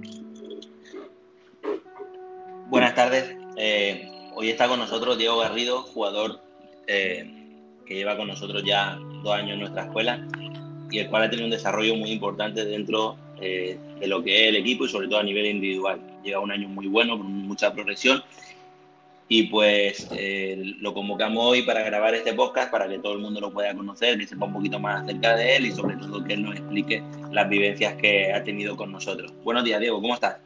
Buenas tardes. Hoy está con nosotros Diego Garrido, jugador que lleva con nosotros ya 2 años en nuestra escuela y el cual ha tenido un desarrollo muy importante dentro de lo que es el equipo y sobre todo a nivel individual. Lleva un año muy bueno, con mucha progresión y pues lo convocamos hoy para grabar este podcast para que todo el mundo lo pueda conocer, que sepa un poquito más acerca de él y sobre todo que él nos explique las vivencias que ha tenido con nosotros. Buenos días, Diego, ¿cómo estás?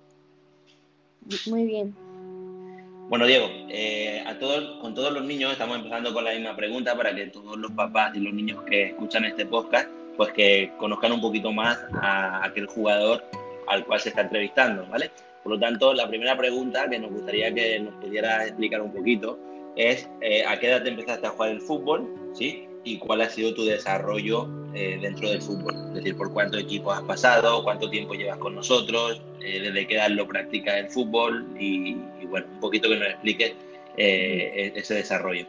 Muy bien. Bueno, Diego, con todos los niños estamos empezando con la misma pregunta para que todos los papás y los niños que escuchan este podcast, pues que conozcan un poquito más a aquel jugador al cual se está entrevistando, ¿vale? Por lo tanto, la primera pregunta que nos gustaría que nos pudieras explicar un poquito es ¿a qué edad te empezaste a jugar el fútbol? ¿Sí? ¿Y cuál ha sido tu desarrollo dentro del fútbol? Es decir, por cuántos equipos has pasado, cuánto tiempo llevas con nosotros, desde qué edad lo practicas el fútbol y bueno, un poquito que nos expliques ese desarrollo.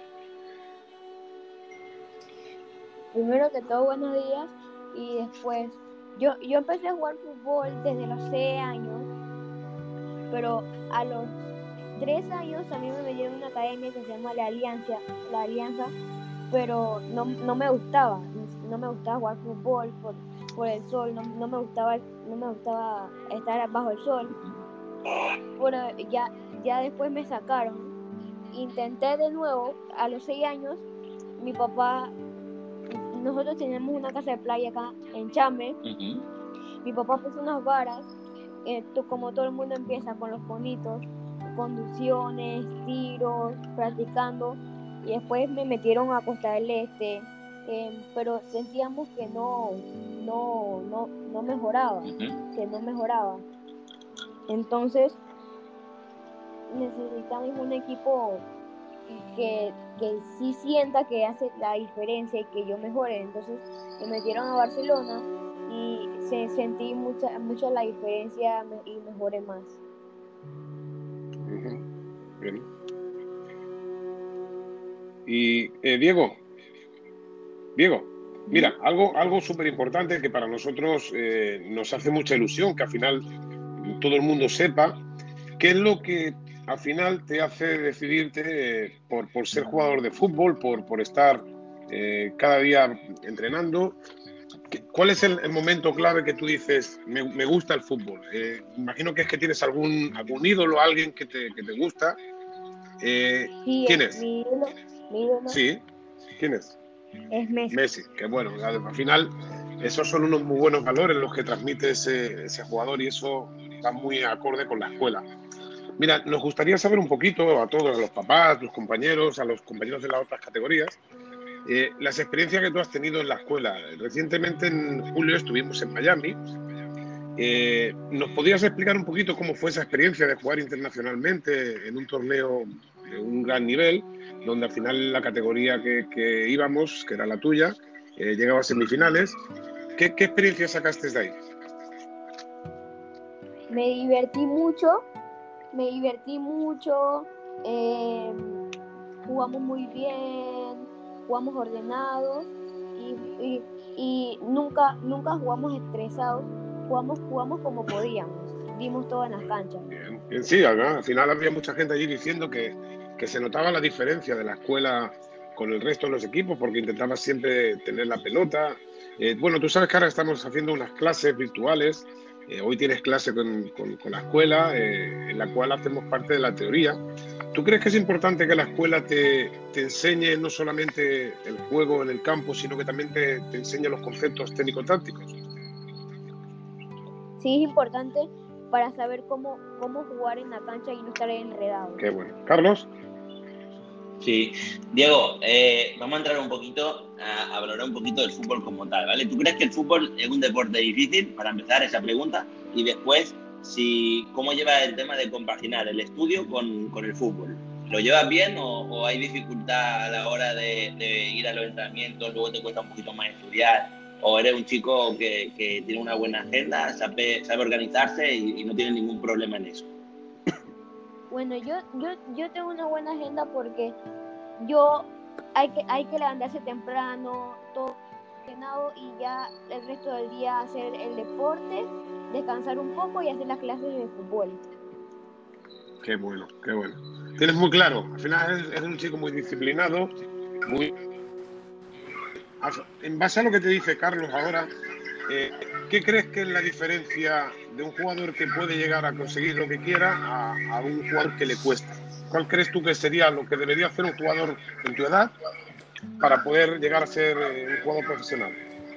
Primero que todo, buenos días. Y después, yo empecé a jugar fútbol desde los 6 años, pero a los 3 años a mí me metieron en una academia que se llama La Alianza, pero no me gustaba, no me gustaba jugar fútbol por el sol, no me gustaba estar bajo el sol, pero ya después me sacaron. Intenté de nuevo a los 6 años, mi papá. Nosotros tenemos una casa de playa acá en Chame. Uh-huh. Mi papá puso unas varas, como todo el mundo empieza con los conitos, conducciones, tiros, practicando, y después me metieron a Costa del Este, pero sentíamos que no mejoraba, Uh-huh. que no mejoraba. Entonces necesitamos un equipo que sí sienta que hace la diferencia y que yo mejore. Entonces me metieron a Barcelona y sentí mucha la diferencia y mejoré más. Ujú. Bien. Y Diego, mira, algo súper importante que para nosotros nos hace mucha ilusión, que al final todo el mundo sepa, qué es lo que al final te hace decidirte por ser jugador de fútbol, por estar cada día entrenando. ¿Cuál es el momento clave que tú dices, me gusta el fútbol? Imagino que es que tienes algún ídolo, alguien que te gusta. Eh, Sí, ¿Quién es? mi ídolo Sí, ¿quién es? es Messi. Messi, que bueno, al final esos son unos muy buenos valores los que transmite ese jugador y eso va muy acorde con la escuela. Mira, nos gustaría saber un poquito a todos, a los papás, los compañeros, a los compañeros de las otras categorías, las experiencias que tú has tenido en la escuela. Recientemente en julio estuvimos en Miami. ¿Nos podrías explicar un poquito cómo fue esa experiencia de jugar internacionalmente en un torneo de un gran nivel, donde al final la categoría que íbamos, que era la tuya, llegaba a semifinales? ¿Qué experiencia sacaste de ahí? Me divertí mucho, me divertí mucho, eh, jugamos muy bien, jugamos ordenados y nunca jugamos estresados, jugamos como podíamos, dimos todo en las canchas. Bien, bien, sí, al final había mucha gente allí diciendo que se notaba la diferencia de la escuela con el resto de los equipos porque intentaba siempre tener la pelota. Bueno, tú sabes que ahora estamos haciendo unas clases virtuales. Hoy tienes clase con la escuela, en la cual hacemos parte de la teoría. ¿Tú crees que es importante que la escuela te enseñe no solamente el juego en el campo, sino que también te enseñe los conceptos técnico-tácticos? Sí es importante para saber cómo jugar en la cancha y no estar enredados. Qué bueno. Carlos. Sí, Diego, vamos a entrar un poquito a valorar un poquito del fútbol como tal, ¿vale? ¿Tú crees que el fútbol es un deporte difícil, para empezar esa pregunta? Y después, ¿cómo llevas el tema de compaginar el estudio con el fútbol? ¿Lo llevas bien o hay dificultad a la hora de ir a los entrenamientos, luego te cuesta un poquito más estudiar? ¿O eres un chico que tiene una buena agenda, sabe organizarse y no tiene ningún problema en eso? Bueno, yo tengo una buena agenda porque yo hay que levantarse temprano, todo ordenado y ya el resto del día hacer el deporte descansar un poco y hacer las clases de fútbol. Qué bueno, qué bueno. Tienes muy claro, al final eres un chico muy disciplinado, muy... En base a lo que te dice Carlos ahora, ¿qué crees que es la diferencia de un jugador que puede llegar a conseguir lo que quiera a un jugador que le cuesta? ¿Cuál crees tú que sería lo que debería hacer un jugador en tu edad para poder llegar a ser un jugador profesional?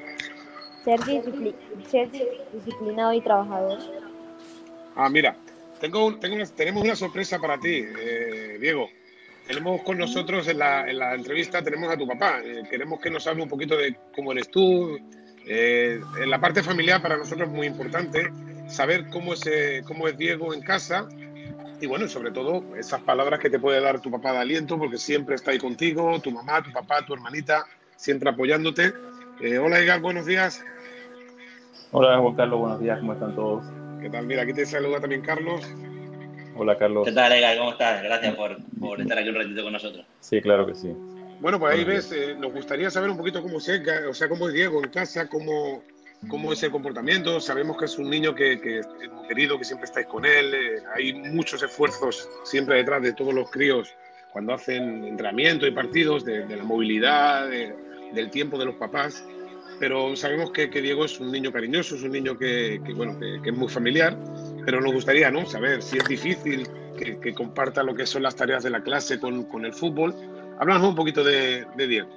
Ser disciplinado y trabajador. Mira, tenemos una sorpresa para ti, Diego. Tenemos con nosotros en la entrevista, tenemos a tu papá. Queremos que nos hable un poquito de cómo eres tú. En la parte familiar para nosotros es muy importante saber cómo es Diego en casa y bueno, sobre todo esas palabras que te puede dar tu papá de aliento porque siempre está ahí contigo, tu mamá, tu papá, tu hermanita, siempre apoyándote. Hola Edgar, buenos días. Hola Juan Carlos, buenos días, ¿cómo están todos? ¿Qué tal? Mira, aquí te saluda también Carlos. Hola Carlos. ¿Qué tal, Edgar? ¿Cómo estás? Gracias por estar aquí un ratito con nosotros. Sí, claro que sí. Bueno, pues ahí Buenos ves, nos gustaría saber un poquito cómo cómo es Diego en casa, cómo es el comportamiento. Sabemos que es un niño que es muy querido, que siempre estáis con él. Hay muchos esfuerzos siempre detrás de todos los críos cuando hacen entrenamiento y partidos, de la movilidad, del tiempo de los papás. Pero sabemos que Diego es un niño cariñoso, es un niño que es muy familiar. Pero nos gustaría, ¿no?, saber si es difícil que comparta lo que son las tareas de la clase con el fútbol. Háblanos un poquito de Diego.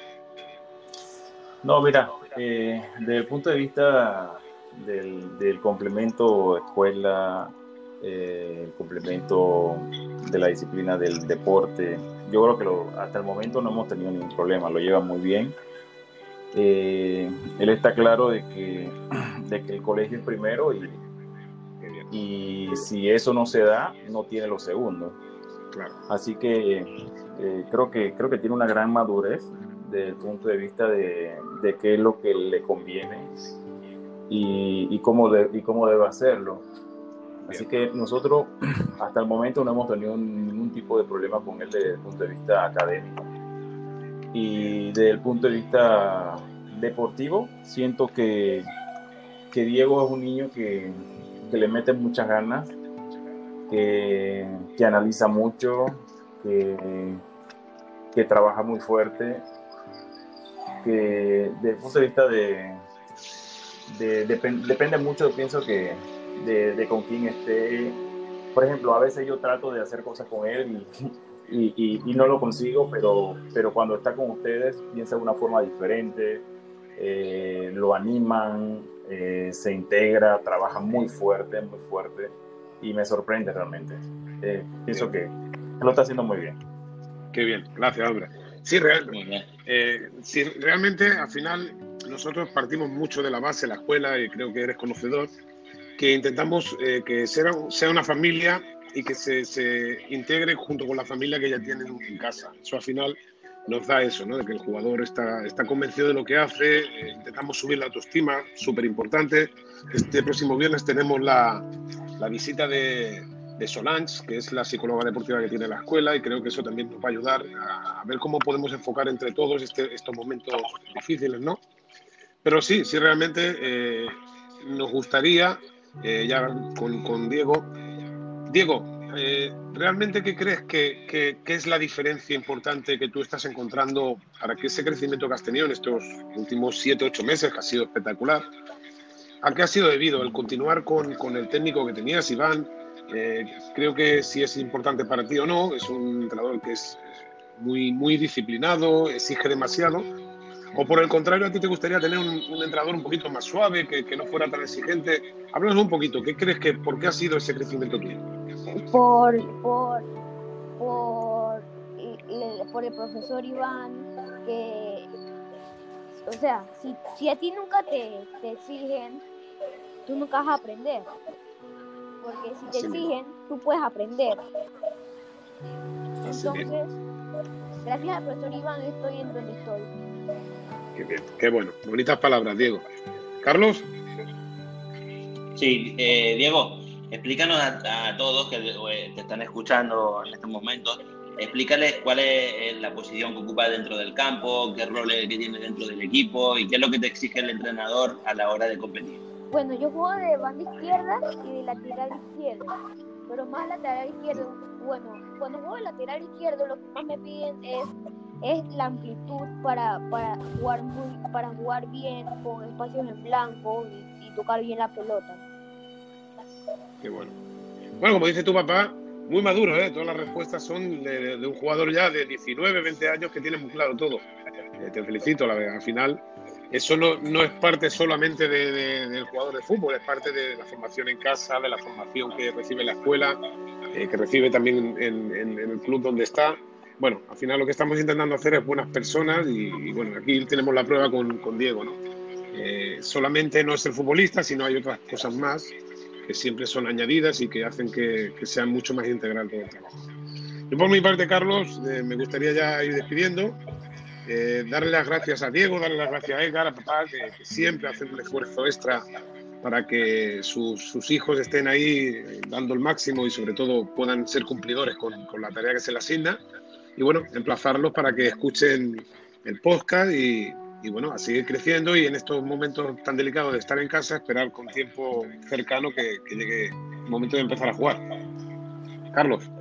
No, mira, desde el punto de vista del complemento escuela, el complemento de la disciplina del deporte, yo creo que hasta el momento no hemos tenido ningún problema, lo lleva muy bien. Él está claro de que el colegio es primero y si eso no se da, no tiene lo segundo. Claro. Así que creo que tiene una gran madurez desde el punto de vista de qué es lo que le conviene y cómo debe hacerlo. Así que nosotros hasta el momento no hemos tenido ningún tipo de problema con él desde el punto de vista académico. Y desde el punto de vista deportivo, siento que Diego es un niño que le mete muchas ganas, que analiza mucho, que trabaja muy fuerte, que desde el punto de vista depende mucho, pienso que de con quién esté. Por ejemplo, a veces yo trato de hacer cosas con él y no lo consigo, pero cuando está con ustedes piensa de una forma diferente, lo animan, se integra, trabaja muy fuerte y me sorprende realmente. Pienso que lo está haciendo muy bien. Qué bien, gracias, hombre. Sí, realmente al final nosotros partimos mucho de la base, la escuela, y creo que eres conocedor, que intentamos que sea una familia y que se integre junto con la familia que ya tienen en casa. Eso al final nos da eso, ¿no?, de que el jugador está convencido de lo que hace. Intentamos subir la autoestima, súper importante. Este próximo viernes tenemos la visita de Solange, que es la psicóloga deportiva que tiene la escuela, y creo que eso también nos va a ayudar a ver cómo podemos enfocar entre todos estos momentos difíciles, ¿no? Pero sí, realmente nos gustaría, ya con Diego. Diego, ¿realmente qué crees que es la diferencia importante que tú estás encontrando para que ese crecimiento que has tenido en estos últimos 7, 8 meses, que ha sido espectacular, a qué ha sido debido? ¿El continuar con el técnico que tenías, Iván? Creo que si es importante para ti o no. Es un entrenador que es muy, muy disciplinado, exige demasiado. O por el contrario, a ti te gustaría tener un entrenador un poquito más suave, que no fuera tan exigente. Háblanos un poquito, ¿por qué ha sido ese crecimiento tuyo? Por el profesor Iván, que, o sea, si a ti nunca te exigen, tú nunca vas a aprender. Porque si te exigen, tú puedes aprender. Entonces, gracias al profesor Iván estoy en donde estoy. Qué bien, qué bueno. Bonitas palabras, Diego. ¿Carlos? Sí, Diego, explícanos a todos que te están escuchando en estos momentos, explícales cuál es la posición que ocupa dentro del campo, qué rol que tiene dentro del equipo y qué es lo que te exige el entrenador a la hora de competir. Bueno, yo juego de banda izquierda y de lateral izquierdo, pero más lateral izquierdo. Bueno, cuando juego de lateral izquierdo, lo que más me piden es la amplitud para jugar bien, con espacios en blanco y tocar bien la pelota. Qué bueno. Bueno, como dice tu papá, muy maduro, ¿eh? Todas las respuestas son de un jugador ya de 19, 20 años que tiene muy claro todo. Te felicito, la verdad. Al final, eso no es parte solamente del jugador de fútbol, es parte de la formación en casa, de la formación que recibe en la escuela, que recibe también en el club donde está. Bueno, al final lo que estamos intentando hacer es buenas personas y bueno, aquí tenemos la prueba con Diego, ¿no? Solamente no es el futbolista, sino hay otras cosas más que siempre son añadidas y que hacen que sea mucho más integral todo el trabajo. Yo por mi parte, Carlos, me gustaría ya ir despidiendo. Darle las gracias a Diego, darle las gracias a Edgar, a papá, que siempre hacen un esfuerzo extra para que sus hijos estén ahí dando el máximo y sobre todo puedan ser cumplidores con la tarea que se les asigna. Y bueno, emplazarlos para que escuchen el podcast y bueno, a seguir creciendo y en estos momentos tan delicados de estar en casa, esperar con tiempo cercano que llegue el momento de empezar a jugar. Carlos.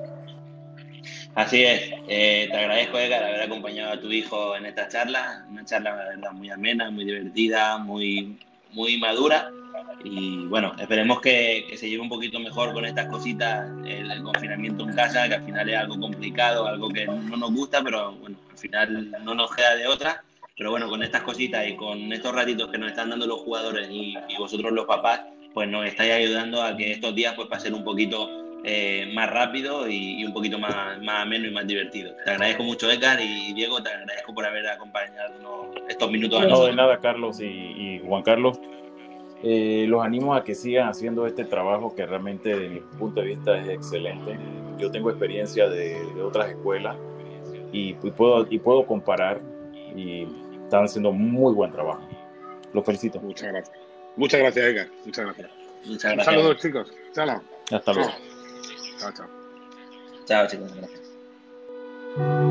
Así es, te agradezco, Edgar, haber acompañado a tu hijo en esta charla, una charla, la verdad, muy amena, muy divertida, muy madura, y bueno, esperemos que se lleve un poquito mejor con estas cositas, el confinamiento en casa, que al final es algo complicado, algo que no nos gusta, pero bueno, al final no nos queda de otra, pero bueno, con estas cositas y con estos ratitos que nos están dando los jugadores y vosotros los papás, pues nos estáis ayudando a que estos días pues pasen un poquito más rápido y un poquito más ameno y más divertido. Te agradezco mucho, Edgar, y Diego, te agradezco por haber acompañado estos minutos a No, nosotros. de nada, Carlos y Juan Carlos. Los animo a que sigan haciendo este trabajo que realmente, desde mi punto de vista, es excelente. Yo tengo experiencia de otras escuelas y puedo comparar y están haciendo muy buen trabajo. Los felicito. Muchas gracias. Muchas gracias, Edgar. Muchas gracias. Muchas Un gracias. saludo, chicos. Chao. Hasta luego. Chao, chao. Chao, chicos. Gracias.